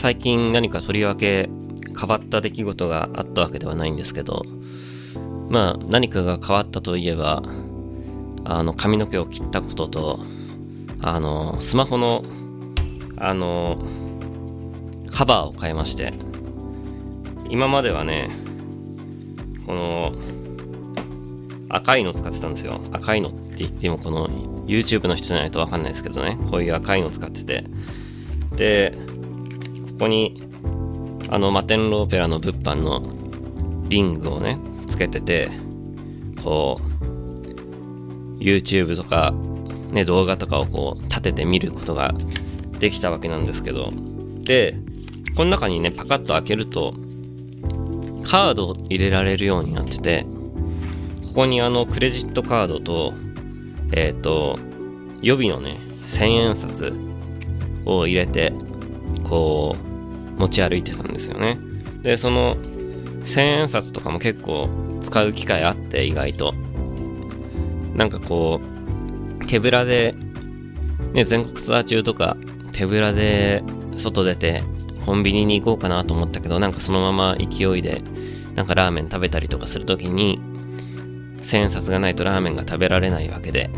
最近何かとりわけ変わった出来事があったわけではないんですけど、まあ何かが変わったといえば、髪の毛を切ったことと、スマホのカバーを変えまして、今まではね、この赤いの使ってたんですよ。赤いのって言ってもこの YouTube の人じゃないと分かんないですけどね、こういう赤いの使ってて、でここにマテンローペラの物販のリングをねつけてて、こう YouTube とかね動画とかをこう立てて見ることができたわけなんですけど、でこの中にねパカッと開けるとカードを入れられるようになってて、ここにクレジットカードと予備のね1000円札を入れてこう持ち歩いてたんですよね。でその1000円札とかも結構使う機会あって、意外となんかこう手ぶらでね、全国ツアー中とか手ぶらで外出てコンビニに行こうかなと思ったけど、なんかそのまま勢いでなんかラーメン食べたりとかするときに1000円札がないとラーメンが食べられないわけで、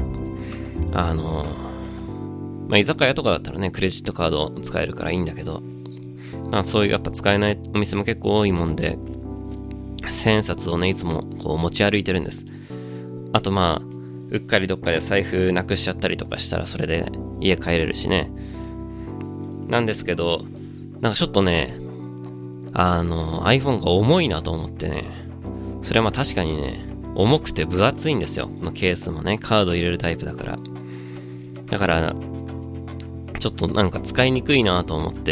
居酒屋とかだったらねクレジットカード使えるからいいんだけど、そういうやっぱ使えないお店も結構多いもんで、1000円札をねいつもこう持ち歩いてるんです。あとうっかりどっかで財布なくしちゃったりとかしたらそれで家帰れるしね。なんですけど、なんかちょっとねiPhone が重いなと思ってね、それは確かにね重くて分厚いんですよ。このケースもねカード入れるタイプだからちょっとなんか使いにくいなと思って、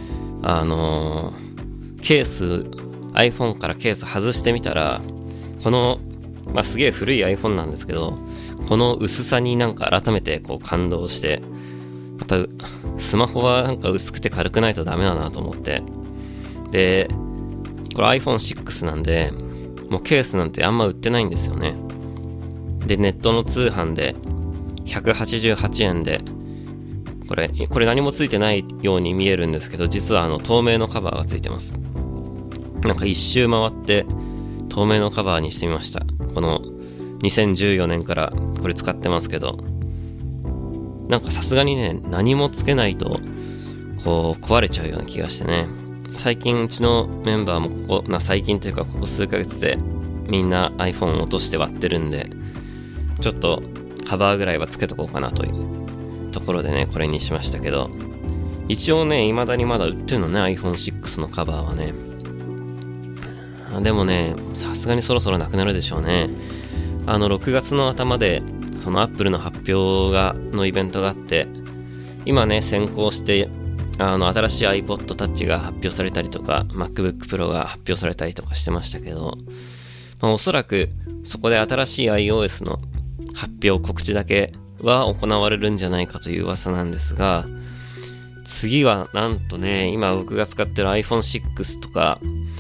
ケース iPhone からケース外してみたら、このすげえ古い iPhone なんですけど、この薄さになんか改めてこう感動して、やっぱスマホはなんか薄くて軽くないとダメだなと思って、でこれ iPhone6 なんでもうケースなんてあんま売ってないんですよね。でネットの通販で188円でこれ何もついてないように見えるんですけど、実は透明のカバーがついてます。なんか一周回って透明のカバーにしてみました。この2014年からこれ使ってますけど、なんかさすがにね何もつけないとこう壊れちゃうような気がしてね、最近うちのメンバーも最近というかここ数ヶ月でみんな iPhone 落として割ってるんで、ちょっとカバーぐらいはつけとこうかなというところでねこれにしましたけど、一応ね未だにまだ売ってるのね iPhone6 のカバーはね。でもねさすがにそろそろなくなるでしょうね。6月の頭でその Apple の発表のイベントがあって、今ね先行して新しい iPod Touch が発表されたりとか MacBook Pro が発表されたりとかしてましたけど、おそらくそこで新しい iOS の発表告知だけは行われるんじゃないかという噂なんですが、次はなんとね今僕が使ってる iPhone6 とか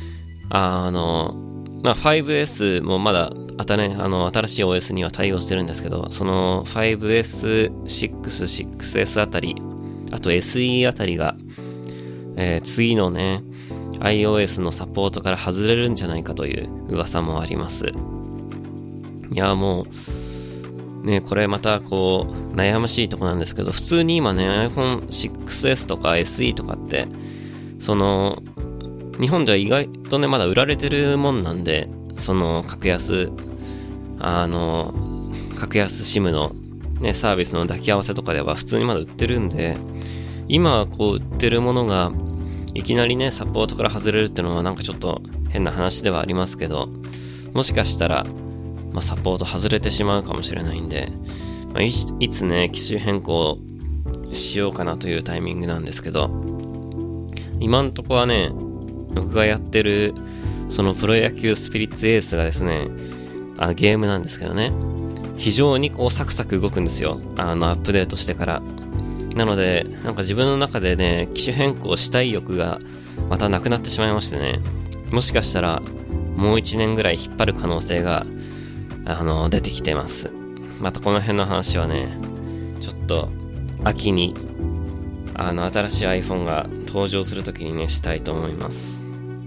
5S もまだ新しい OS には対応してるんですけど、その 5S、6S あたり、あと SE あたりが、次のね iOS のサポートから外れるんじゃないかという噂もあります。いやもうねこれまたこう悩ましいとこなんですけど、普通に今ね iPhone6S とか SE とかってその日本では意外とねまだ売られてるもんなんで、その格安SIM のねサービスの抱き合わせとかでは普通にまだ売ってるんで、今こう売ってるものがいきなりねサポートから外れるっていうのはなんかちょっと変な話ではありますけど、もしかしたらサポート外れてしまうかもしれないんで、いつね機種変更しようかなというタイミングなんですけど、今んとこはね僕がやってるそのプロ野球スピリッツエースがですねゲームなんですけどね、非常にこうサクサク動くんですよ、アップデートしてから。なのでなんか自分の中でね機種変更したい欲がまたなくなってしまいましてね、もしかしたらもう1年ぐらい引っ張る可能性が出てきてます。またこの辺の話はねちょっと秋に新しい iPhone が登場するときにねしたいと思います。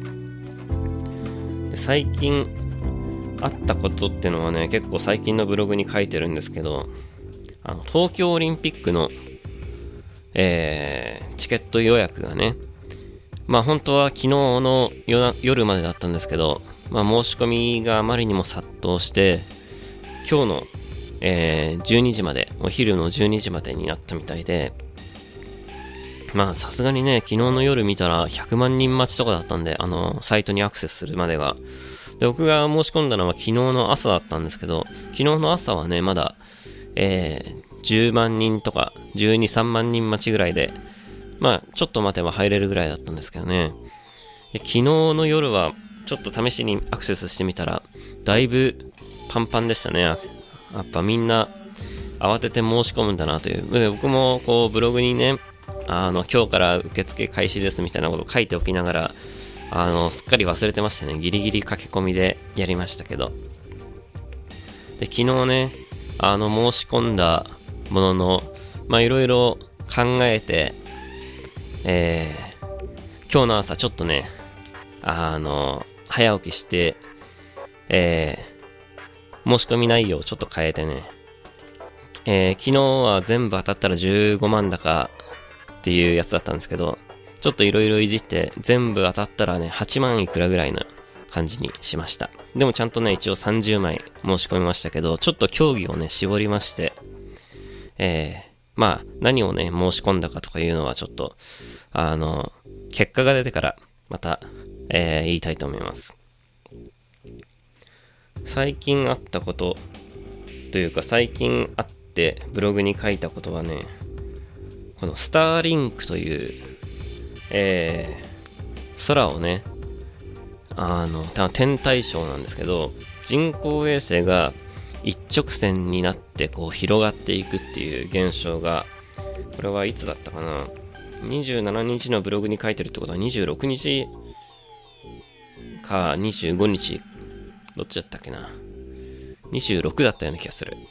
で最近あったことっていうのはね、結構最近のブログに書いてるんですけど、東京オリンピックの、チケット予約がね、本当は昨日の夜までだったんですけど、申し込みがあまりにも殺到して今日の、12時まで、お昼の12時までになったみたいで、さすがにね昨日の夜見たら100万人待ちとかだったんで、サイトにアクセスするまでが。で僕が申し込んだのは昨日の朝だったんですけど、昨日の朝はねまだ、10万人とか12、3万人待ちぐらいで、ちょっと待てば入れるぐらいだったんですけどね。で昨日の夜はちょっと試しにアクセスしてみたらだいぶパンパンでしたね。やっぱみんな慌てて申し込むんだなという。で僕もこうブログにね今日から受付開始ですみたいなことを書いておきながらすっかり忘れてましたね。ギリギリ駆け込みでやりましたけど。で昨日ね申し込んだもののいろいろ考えて、今日の朝ちょっとね早起きして、申し込み内容をちょっと変えてね、昨日は全部当たったら15万だかっていうやつだったんですけど、ちょっといろいろいじって全部当たったらね8万いくらぐらいの感じにしました。でもちゃんとね一応30枚申し込みましたけど、ちょっと競技をね絞りまして、何をね申し込んだかとかいうのはちょっと結果が出てからまた、言いたいと思います。最近あったことというか、最近あってブログに書いたことはね、このスターリンクという、空をね天体ショーなんですけど、人工衛星が一直線になってこう広がっていくっていう現象が、これはいつだったかな、27日のブログに書いてるってことは26日か25日どっちだったっけな、26だったような気がする。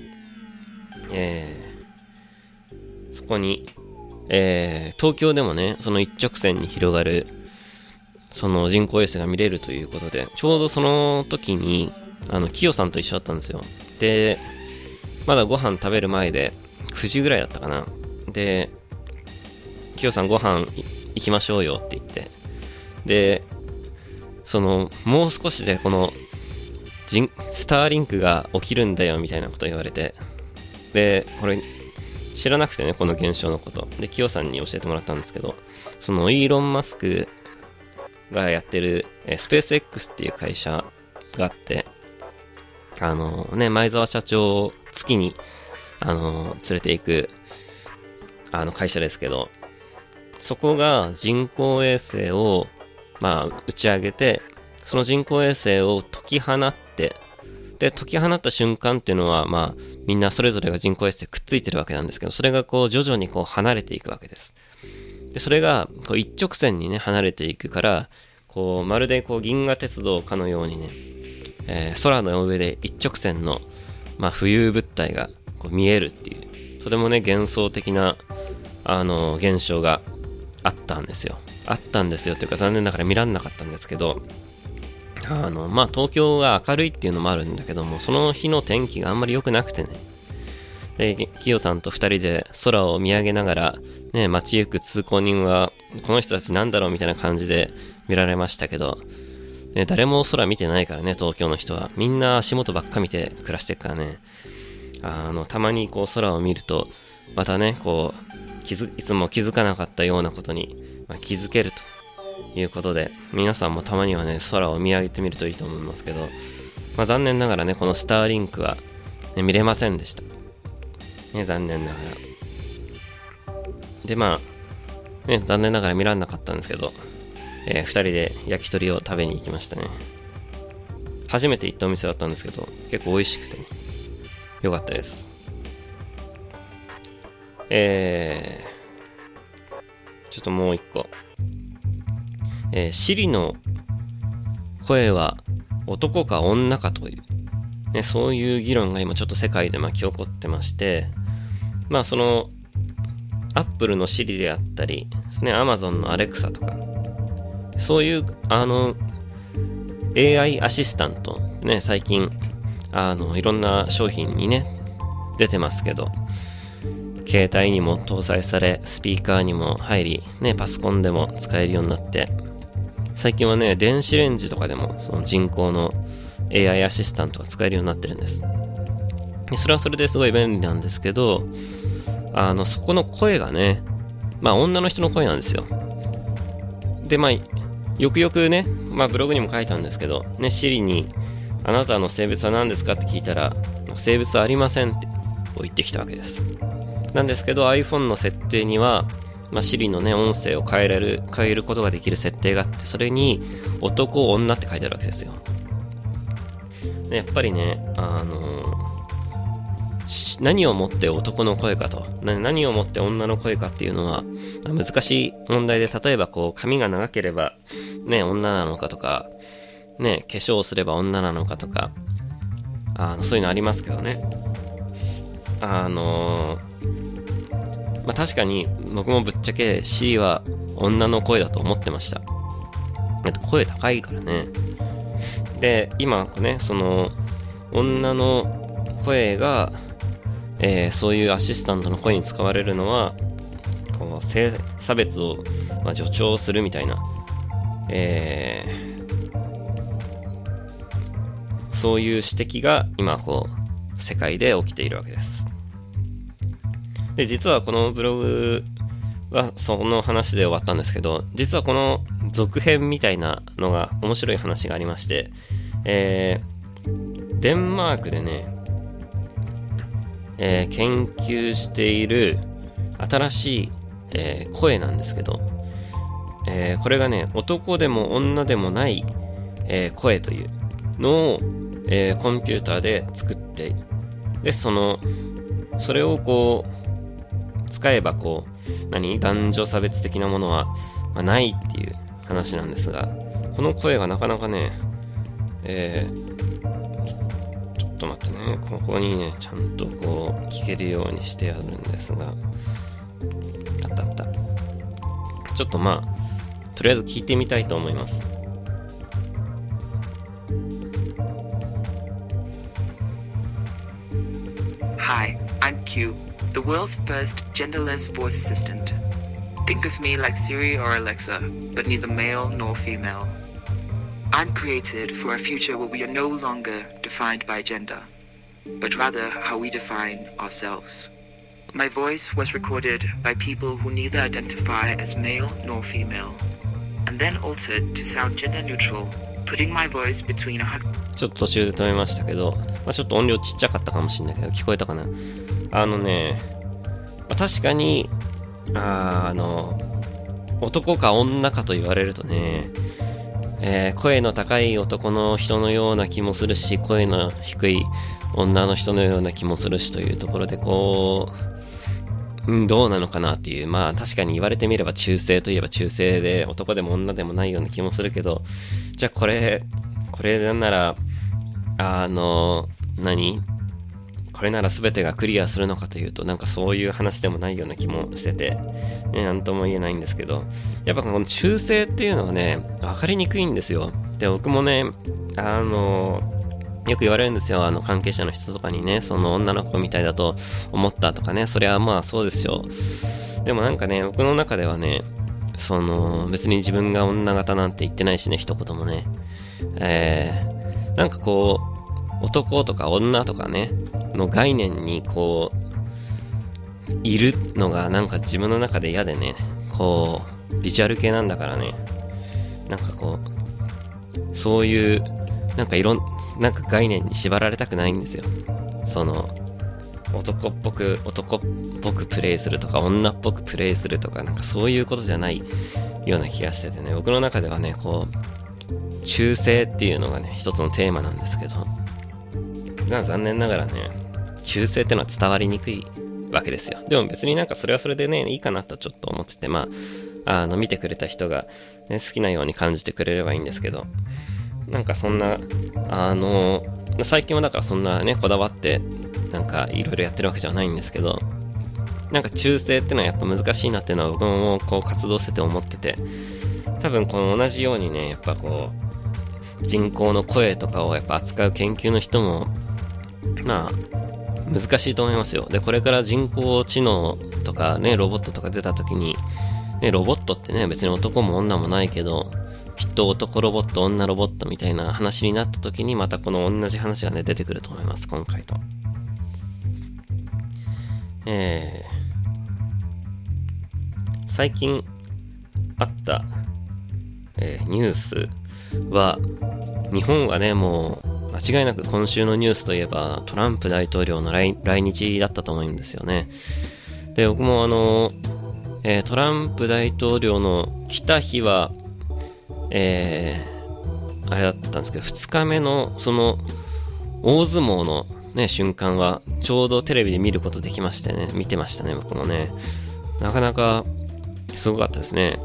そこに、東京でもねその一直線に広がるその人工衛星が見れるということで、ちょうどその時にキヨさんと一緒だったんですよ。でまだご飯食べる前で9時ぐらいだったかな。でキヨさんご飯行きましょうよって言って、でもう少しでこのスターリンクが起きるんだよみたいなこと言われて、でこれ知らなくてねこの現象のことでキヨさんに教えてもらったんですけど、そのイーロン・マスクがやってるスペース X っていう会社があって、前澤社長を月に連れて行く会社ですけど、そこが人工衛星を打ち上げて、その人工衛星を解き放って、で解き放った瞬間っていうのはみんなそれぞれが人工衛星くっついてるわけなんですけど、それがこう徐々にこう離れていくわけです。でそれがこう一直線にね離れていくから、こうまるでこう銀河鉄道かのようにね、空の上で一直線の浮遊物体がこう見えるっていう、とてもね幻想的な現象があったんですよというか、残念ながら見らんなかったんですけど、東京が明るいっていうのもあるんだけども、その日の天気があんまり良くなくてね、でキヨさんと2人で空を見上げながらね、街行く通行人はこの人たちなんだろうみたいな感じで見られましたけど、ね、誰も空見てないからね、東京の人はみんな足元ばっか見て暮らしてるからね、たまにこう空を見るとまたねこういつも気づかなかったようなことに、気づけるということで、皆さんもたまにはね空を見上げてみるといいと思いますけど、残念ながらねこのスターリンクは、ね、見れませんでした、ね、残念ながらで残念ながら見らんなかったんですけど、2人で焼き鳥を食べに行きましたね。初めて行ったお店だったんですけど、結構美味しくて、ね、よかったです。ちょっともう一個、シリの声は男か女かという、ね、そういう議論が今ちょっと世界で巻き起こってまして、その Apple の Siri であったりですね、Amazon の Alexa とか、そういうAI アシスタントね、最近いろんな商品にね出てますけど、携帯にも搭載され、スピーカーにも入りね、パソコンでも使えるようになって、最近はね電子レンジとかでもその人工の AI アシスタントが使えるようになってるんです。でそれはそれですごい便利なんですけど、そこの声がね、女の人の声なんですよ。でよくよくね、ブログにも書いたんですけどね、Siri にあなたの性別は何ですかって聞いたら、性別はありませんって言ってきたわけです。なんですけど iPhone の設定には、Siri のね音声を変えることができる設定があって、それに男女って書いてあるわけですよ。でやっぱりね、何をもって男の声かと、何をもって女の声かっていうのは難しい問題で、例えば髪が長ければね女なのかとかね、化粧をすれば女なのかとか、そういうのありますけどね。確かに僕もぶっちゃけ Siri は女の声だと思ってました。声高いからね。で今ね、その女の声が、そういうアシスタントの声に使われるのは性差別を、助長するみたいな、そういう指摘が今世界で起きているわけです。で実はこのブログはその話で終わったんですけど、実はこの続編みたいなのが面白い話がありまして、デンマークでね、研究している新しい、声なんですけど、これがね男でも女でもない、声というのを、コンピューターで作って、でそれを使えば男女差別的なものは、ないっていう話なんですが、この声がなかなかね、ちょっと待ってね、ここにねちゃんと聞けるようにしてあるんですが、あったちょっととりあえず聞いてみたいと思います。 Hi, I'm Q, the world's first genderless voice assistant. Think of me like Siri or Alexa, but neither male nor female. I'm created for a future where we are no longer defined by gender, but rather how we define ourselves. My voice was recorded by people who neither identify as male nor female, and then altered to sound gender neutral, putting my voice between ちょっと途中で止めましたけど、ちょっと音量ちっちゃかったかもしれないけど聞こえたかな。確かに男か女かと言われるとね、声の高い男の人のような気もするし、声の低い女の人のような気もするしというところでどうなのかなっていう、確かに言われてみれば中性といえば中性で、男でも女でもないような気もするけど、じゃあこれなんならこれなら全てがクリアするのかというと、なんかそういう話でもないような気もしてて、なんとも言えないんですけど、やっぱこの中性っていうのはね分かりにくいんですよ。で僕もねよく言われるんですよ、関係者の人とかにね、その女の子みたいだと思ったとかね、それはそうですよ。でもなんかね、僕の中ではね、別に自分が女型なんて言ってないしね、一言もね、なんか男とか女とかねの概念にいるのがなんか自分の中で嫌でね、ビジュアル系なんだからね、なんかそういうなんか概念に縛られたくないんですよ。男っぽくプレイするとか女っぽくプレイするとか、なんかそういうことじゃないような気がしててね、僕の中ではね中性っていうのがね一つのテーマなんですけど、残念ながらね中性ってのは伝わりにくいわけですよ。でも別になんかそれはそれでねいいかなとちょっと思ってて、見てくれた人が、ね、好きなように感じてくれればいいんですけど、なんかそんな最近はだからそんなねこだわってなんかいろいろやってるわけじゃないんですけど、 なんか中性ってのはやっぱ難しいなっていうのは僕もこう活動してて思ってて、多分この同じようにね、やっぱこう人工の声とかをやっぱ扱う研究の人もまあ難しいと思いますよ。でこれから人工知能とかね、ロボットとか出た時にね、ロボットってね別に男も女もないけど、きっと男ロボット女ロボットみたいな話になった時にまたこの同じ話がね出てくると思います、今回と。最近あった、ニュースは、日本はねもう間違いなく今週のニュースといえばトランプ大統領の来日だったと思うんですよね。で僕もトランプ大統領の来た日はあれだったんですけど、2日目のその大相撲のね瞬間はちょうどテレビで見ることできましてね、見てましたね僕もね。なかなかすごかったですね。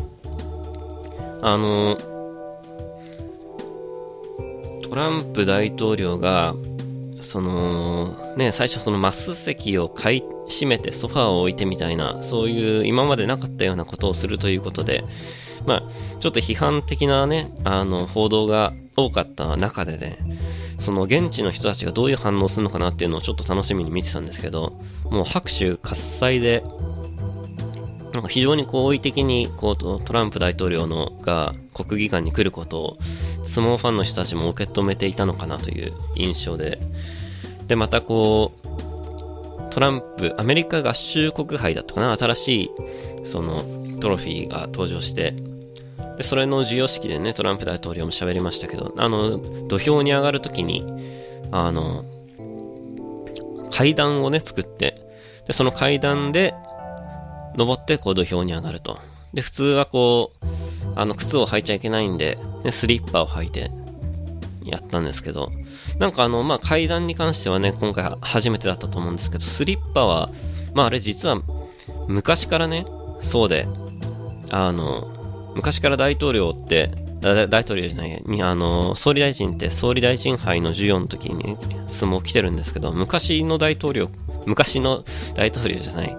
トランプ大統領がそのね、最初そのマス席を買い占めてソファーを置いてみたいな、そういう今までなかったようなことをするということで、まあちょっと批判的なね報道が多かった中でね、その現地の人たちがどういう反応するのかなっていうのをちょっと楽しみに見てたんですけど、もう拍手喝采で、なんか非常に好意的にこうトランプ大統領のが国技館に来ることを相撲ファンの人たちも受け止めていたのかなという印象で、でまたこうトランプアメリカ合衆国杯だったかな、新しいそのトロフィーが登場して、でそれの授与式でねトランプ大統領も喋りましたけど、土俵に上がるときに階段をね作って、でその階段で登ってこう土俵に上がると。で普通はこう靴を履いちゃいけないんで、ね、スリッパを履いてやったんですけど、なんかまあ階段に関してはね今回初めてだったと思うんですけど、スリッパはまああれ実は昔からねそうで、昔から大統領って大統領じゃない総理大臣って総理大臣杯の授与の時に相撲来てるんですけど、昔の大統領じゃない、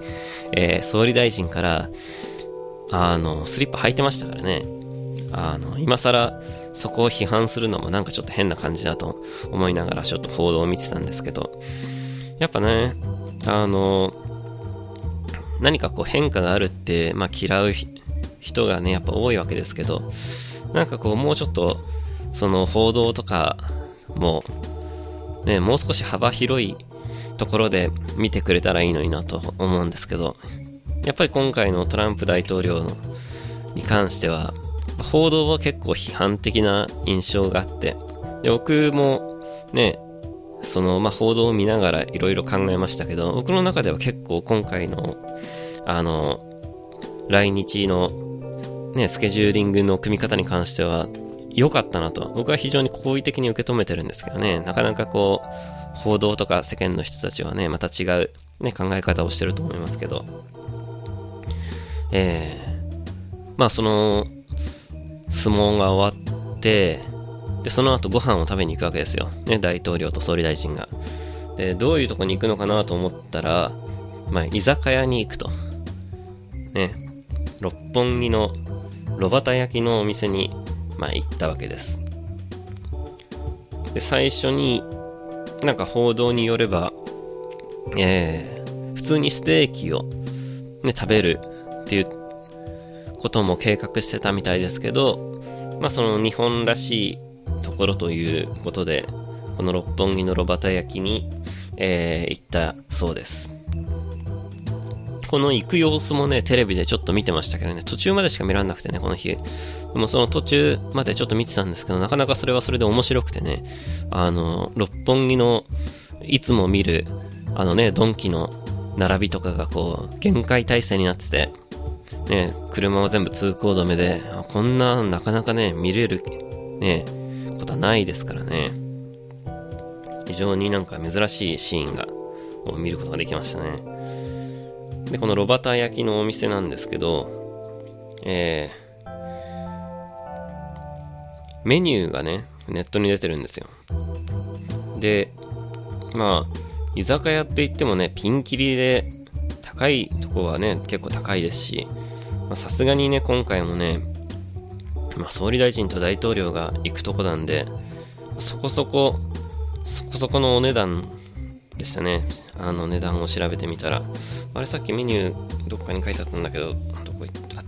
総理大臣からスリッパ履いてましたからね。今更そこを批判するのもなんかちょっと変な感じだと思いながらちょっと報道を見てたんですけど、やっぱね何かこう変化があるって、まあ、嫌う人がねやっぱ多いわけですけど、なんかこうもうちょっとその報道とかもねもう少し幅広いところで見てくれたらいいのになと思うんですけど、やっぱり今回のトランプ大統領に関しては報道は結構批判的な印象があって、で僕もねその報道を見ながらいろいろ考えましたけど、僕の中では結構今回の来日のねスケジューリングの組み方に関しては良かったなと僕は非常に好意的に受け止めてるんですけどね、なかなかこう報道とか世間の人たちはねまた違う、ね、考え方をしてると思いますけど、まあその相撲が終わって、でその後ご飯を食べに行くわけですよ、ね、大統領と総理大臣が。でどういうとこに行くのかなと思ったら、居酒屋に行くとね、六本木の炉端焼きのお店に行ったわけです。で最初になんか報道によれば、普通にステーキを、ね、食べるっていうことも計画してたみたいですけど、その日本らしいところということでこの六本木の炉端焼きに、行ったそうです。この行く様子もねテレビでちょっと見てましたけどね、途中までしか見られなくてねこの日。でもその途中までちょっと見てたんですけど、なかなかそれはそれで面白くてね、六本木のいつも見るドンキの並びとかがこう厳戒態勢になっててね、車は全部通行止めで、こんななかなかね見れるねことはないですからね、非常になんか珍しいシーンを見ることができましたね。でこの炉端焼きのお店なんですけど、メニューがねネットに出てるんですよ。で居酒屋って言ってもねピンキリで高高いとこはね結構高いですし、さすがにね今回もね、総理大臣と大統領が行くとこなんで、そこそこのお値段でしたね。値段を調べてみたら、あれさっきメニューどっかに書いてあったんだけど、どこ行った？あった。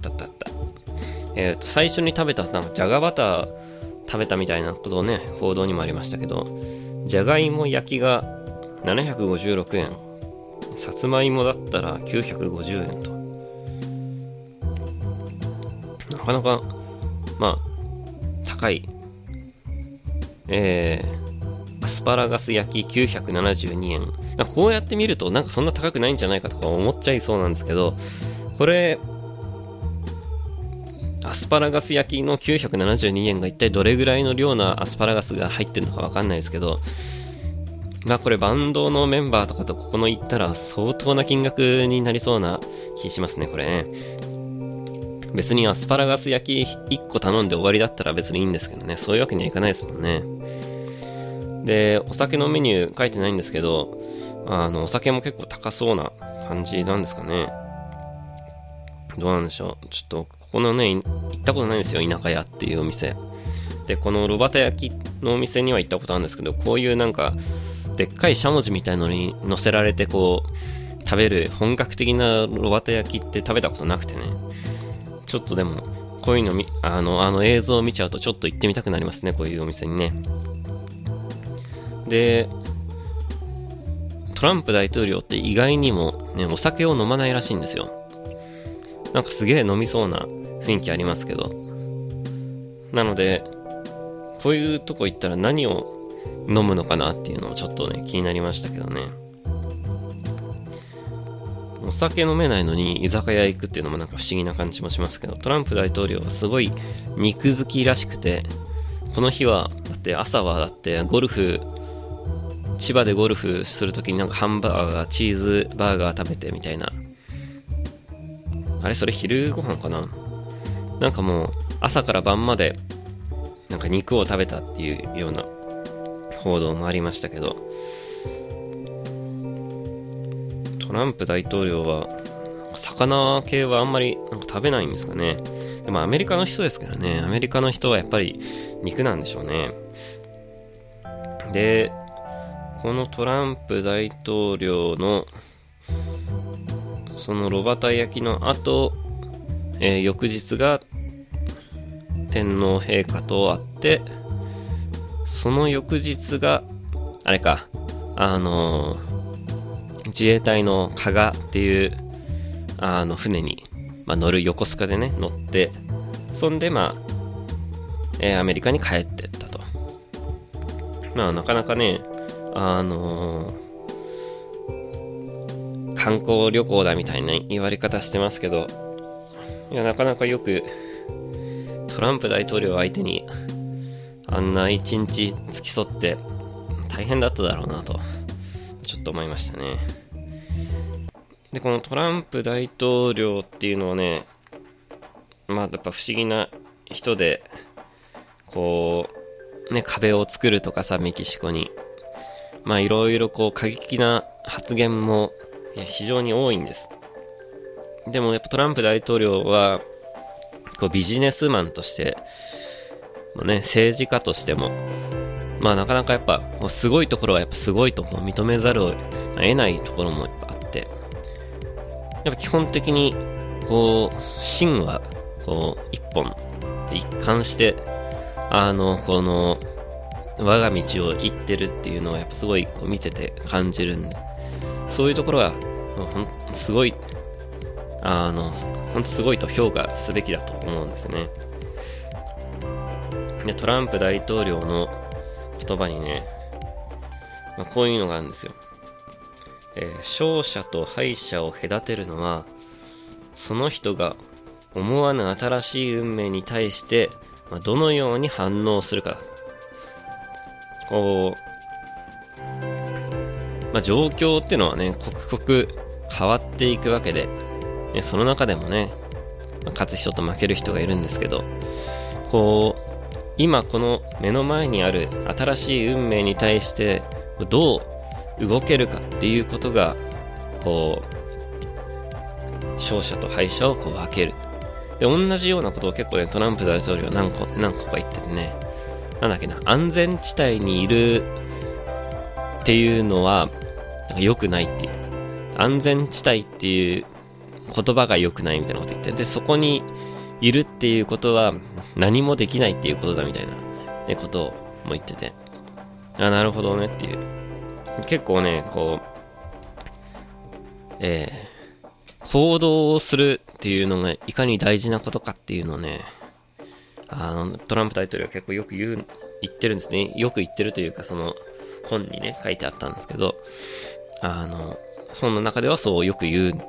最初に食べたなんかじゃがバター食べたみたいなことをね報道にもありましたけど、じゃがいも焼きが756円、さつまいもだったら950円と、なかなか高い。アスパラガス焼き972円。こうやって見るとなんかそんな高くないんじゃないかとか思っちゃいそうなんですけど、これアスパラガス焼きの972円が一体どれぐらいの量のアスパラガスが入ってるのかわかんないですけど、これバンドのメンバーとかとここの行ったら相当な金額になりそうな気しますね、これね。別にアスパラガス焼き1個頼んで終わりだったら別にいいんですけどね、そういうわけにはいかないですもんね。で、お酒のメニュー書いてないんですけど、お酒も結構高そうな感じなんですかね。どうなんでしょう。ちょっとここのね行ったことないんですよ、田舎屋っていうお店で。この炉端焼きのお店には行ったことあるんですけど、こういうなんかでっかいしゃもじみたいのに乗せられてこう食べる本格的な炉端焼きって食べたことなくてね、ちょっとでもこういうの映像を見ちゃうとちょっと行ってみたくなりますね、こういうお店にね。で、トランプ大統領って意外にもねお酒を飲まないらしいんですよ。なんかすげえ飲みそうな雰囲気ありますけど、なのでこういうとこ行ったら何を飲むのかなっていうのをちょっとね気になりましたけどね。お酒飲めないのに居酒屋行くっていうのもなんか不思議な感じもしますけど、トランプ大統領はすごい肉好きらしくて、この日はだって朝はだって千葉でゴルフするときになんかハンバーガー、チーズバーガー食べてみたいな、あれそれ昼ご飯かな、なんかもう朝から晩までなんか肉を食べたっていうような報道もありましたけど、トランプ大統領は魚系はあんまりなんか食べないんですかね。でもアメリカの人ですからね、アメリカの人はやっぱり肉なんでしょうね。で、このトランプ大統領のその炉端焼きの後、翌日が天皇陛下と会って、その翌日があれか、自衛隊の加賀っていう船に、乗る、横須賀でね乗って、そんでアメリカに帰ってったと。なかなかね観光旅行だみたいな言われ方してますけど、いやなかなかよくトランプ大統領相手にあんな一日付き添って大変だっただろうなとちょっと思いましたね。で、このトランプ大統領っていうのはね、やっぱ不思議な人で、こうね壁を作るとかさ、メキシコにいろいろこう過激な発言も非常に多いんです。でもやっぱトランプ大統領はこうビジネスマンとして政治家としてもなかなかやっぱもうすごいところはやっぱすごいとこう認めざるを得ないところもやっぱあって、やっぱ基本的にこう芯はこう一本一貫してこの我が道を行ってるっていうのはやっぱすごいこう見てて感じるんで、そういうところはすごい本当すごいと評価すべきだと思うんですね。で、トランプ大統領の言葉にね、こういうのがあるんですよ。勝者と敗者を隔てるのはその人が思わぬ新しい運命に対してどのように反応するか。こう、状況っていうのはね刻々変わっていくわけで、その中でもね勝つ人と負ける人がいるんですけど、こう今この目の前にある新しい運命に対してどう動けるかっていうことがこ勝者と敗者をこう分ける。で、同じようなことを結構ね、トランプ大統領何個か言っててね、なんだっけな、安全地帯にいるっていうのは良くないっていう、安全地帯っていう言葉が良くないみたいなこと言って、でそこにいるっていうことは何もできないっていうことだみたいな、ね、ことをも言ってて、なるほどねっていう、結構ねこう行動をするっていうのがいかに大事なことかっていうのをね、トランプ大統領は結構よく言ってるんですね。よく言ってるというか、その本にね書いてあったんですけど、その中ではそうよく言う。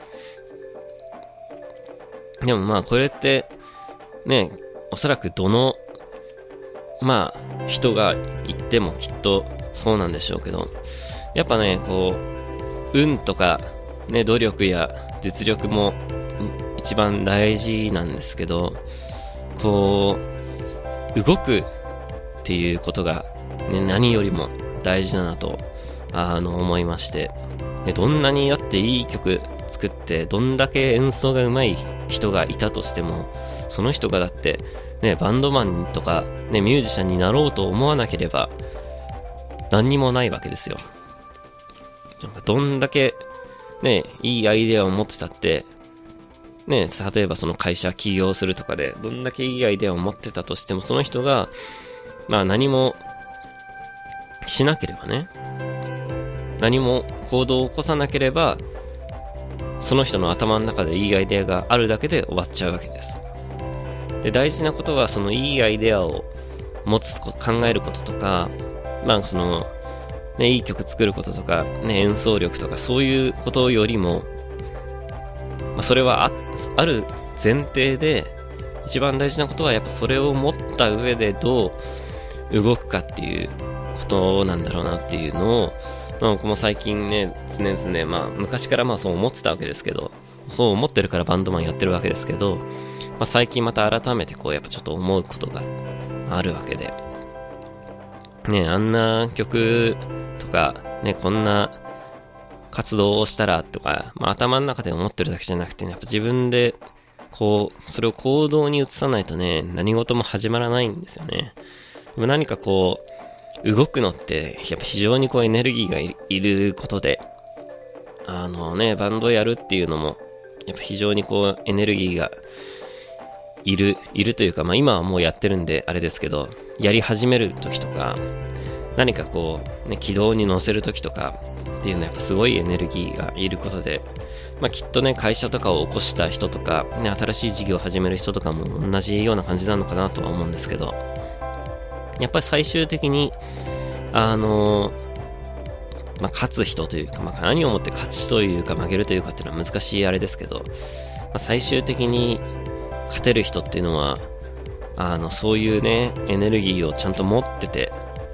でもまあこれってね、おそらくどのまあ人が言ってもきっとそうなんでしょうけど、やっぱねこう運とかね、努力や実力も一番大事なんですけど、こう動くっていうことが、ね、何よりも大事だなと思いまして、でどんなにだっていい曲作ってどんだけ演奏が上手い人がいたとしても、その人がだってねバンドマンとかねミュージシャンになろうと思わなければ何にもないわけですよ。どんだけねいいアイデアを持ってたってね、例えばその会社起業するとかでどんだけいいアイデアを持ってたとしても、その人がまあ何もしなければね、何も行動を起こさなければ、その人の頭の中でいいアイデアがあるだけで終わっちゃうわけです。で、大事なことはそのいいアイデアを持つこと、考えることとか、まあそのね、いい曲作ることとか、ね、演奏力とかそういうことよりも、まあ、それはある前提で、一番大事なことはやっぱそれを持った上でどう動くかっていうことなんだろうなっていうのを、まあ、僕も最近ね常々、まあ昔からまあそう思ってたわけですけど、そう思ってるからバンドマンやってるわけですけど、まあ、最近また改めてこうやっぱちょっと思うことがあるわけでね、あんな曲とかね、こんな活動をしたらとか、まあ、頭の中で思ってるだけじゃなくてね、やっぱ自分でこうそれを行動に移さないとね、何事も始まらないんですよね。でも何かこう動くのってやっぱ非常にこうエネルギーが いることで、バンドやるっていうのもやっぱ非常にこうエネルギーがいるというか、まあ今はもうやってるんであれですけど、やり始める時とか何かこうね軌道に乗せる時とかっていうのはやっぱすごいエネルギーがいることで、まあきっとね会社とかを起こした人とかね、新しい事業を始める人とかも同じような感じなのかなとは思うんですけど、やっぱり最終的にまあ勝つ人というか、まあ何をもって勝ちというか負けるというかっていうのは難しいあれですけど、まあ、最終的に勝てる人っていうのはそういうねエネルギーをちゃんと持ってて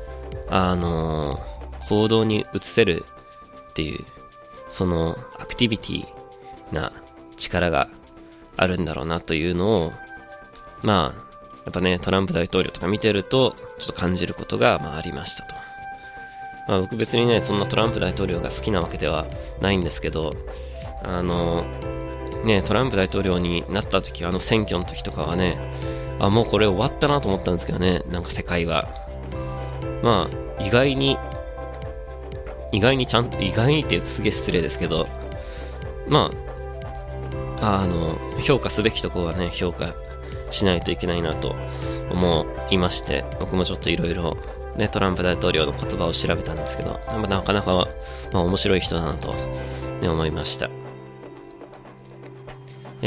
行動に移せるっていう、そのアクティビティな力があるんだろうなというのを、まあやっぱねトランプ大統領とか見てるとちょっと感じることがまあありましたと。まあ僕別にねそんなトランプ大統領が好きなわけではないんですけど、ねトランプ大統領になった時、選挙の時とかはね、もうこれ終わったなと思ったんですけどね、なんか世界はまあ意外にちゃんと、意外にって言うとすげえ失礼ですけど、まあ評価すべきところはね評価しないといけないなと思いまして、僕もちょっといろいろねトランプ大統領の言葉を調べたんですけど、なかなか、まあ、面白い人だなと、ね、思いました。い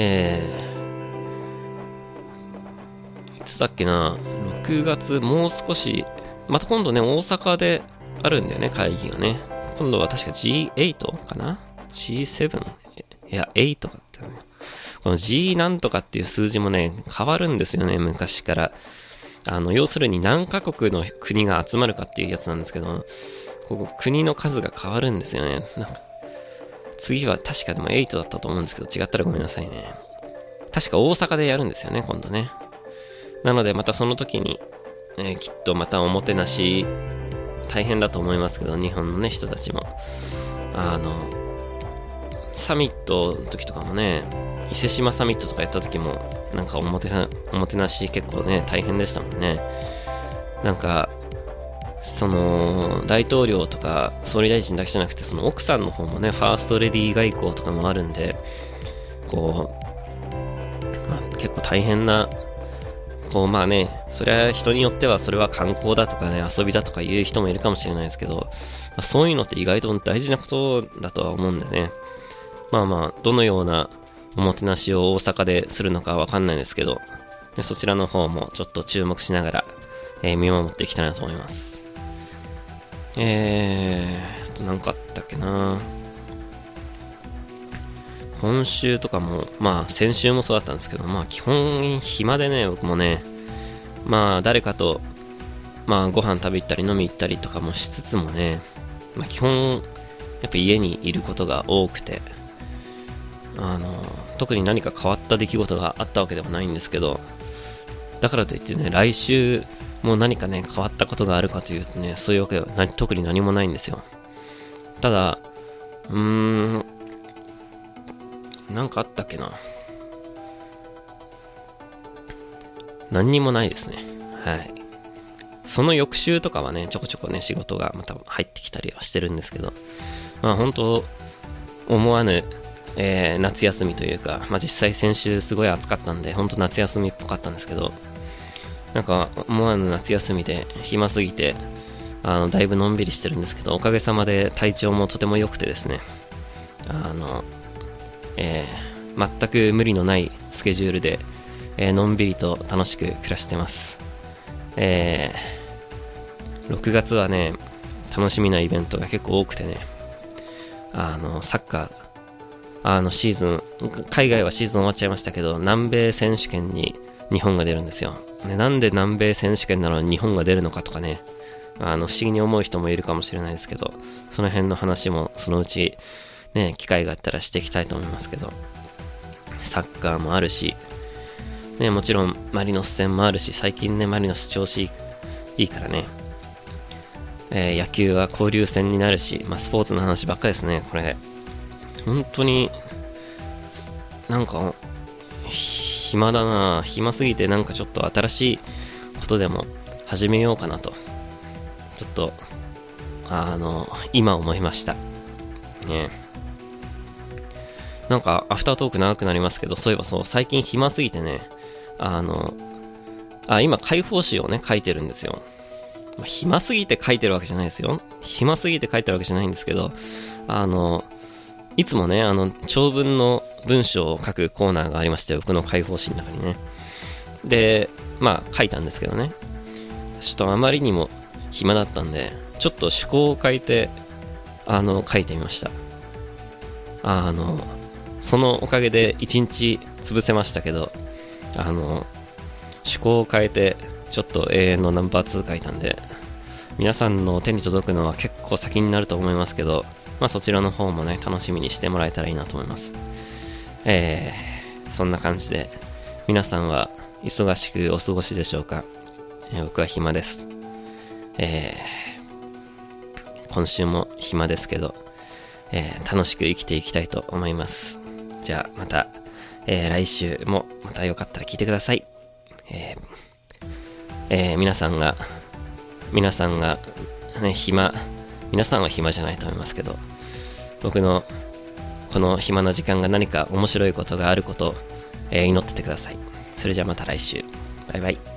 つだっけな、6月もう少し、また今度ね大阪であるんだよね会議がね。今度は確か G8 かな G7 いや8かってね、この G なんとかっていう数字もね変わるんですよね昔から。要するに何カ国の国が集まるかっていうやつなんですけど、ここ国の数が変わるんですよね。なんか次は確かでも8だったと思うんですけど、違ったらごめんなさいね。確か大阪でやるんですよね今度ね。なのでまたその時に、きっとまたおもてなし大変だと思いますけど、日本のね人たちもサミットの時とかもね、伊勢志摩サミットとかやった時もなんかおもてなし結構ね大変でしたもんね。なんかその大統領とか総理大臣だけじゃなくて、その奥さんの方もねファーストレディー外交とかもあるんで、こう、結構大変な、こうそれは人によってはそれは観光だとかね遊びだとか言う人もいるかもしれないですけど、そういうのって意外と大事なことだとは思うんでね。どのようなおもてなしを大阪でするのかわかんないですけど、そちらの方もちょっと注目しながら、見守っていきたいなと思います。あと何かあったっけな。今週とかも先週もそうだったんですけど、基本暇でね、僕もね誰かとご飯食べ行ったり飲み行ったりとかもしつつもね、基本やっぱ家にいることが多くて、特に何か変わった出来事があったわけではないんですけど、だからといってね来週もう何かね変わったことがあるかというとね、そういうわけでは特に何もないんですよ。ただなんかあったっけな。何にもないですね。はい。その翌週とかはねちょこちょこね仕事がまた入ってきたりはしてるんですけど、本当思わぬ、夏休みというか、実際先週すごい暑かったんで本当夏休みっぽかったんですけど、なんか思わぬ夏休みで暇すぎてだいぶのんびりしてるんですけど、おかげさまで体調もとても良くてですね、全く無理のないスケジュールで、のんびりと楽しく暮らしてます。6月はね楽しみなイベントが結構多くてね、サッカーシーズン、海外はシーズン終わっちゃいましたけど、南米選手権に日本が出るんですよ。なんで南米選手権なのに日本が出るのかとかね、不思議に思う人もいるかもしれないですけど、その辺の話もそのうちね機会があったらしていきたいと思いますけど、サッカーもあるしね、もちろんマリノス戦もあるし、最近ねマリノス調子いいからね、野球は交流戦になるし、スポーツの話ばっかですね。これ本当になんか暇だな。暇すぎてなんかちょっと新しいことでも始めようかなとちょっと今思いましたね。なんかアフタートーク長くなりますけど、そういえば最近暇すぎてね、今解放誌をね書いてるんですよ。暇すぎて書いてるわけじゃないですよ。暇すぎて書いてるわけじゃないんですけど、いつもね長文の文章を書くコーナーがありまして、僕の解放誌の中にね。で書いたんですけどね、ちょっとあまりにも暇だったんでちょっと趣向を変えて書いてみました。そのおかげで1日潰せましたけど、趣向を変えてちょっと永遠のナンバー2書いたんで、皆さんの手に届くのは結構先になると思いますけど、そちらの方もね楽しみにしてもらえたらいいなと思います。そんな感じで皆さんは忙しくお過ごしでしょうか。僕は暇です。今週も暇ですけど、楽しく生きていきたいと思います。じゃあまた、来週もまたよかったら聞いてください。皆さんがね皆さんは暇じゃないと思いますけど、僕のこの暇な時間が何か面白いことがあることを、祈っててください。それじゃあまた来週。バイバイ。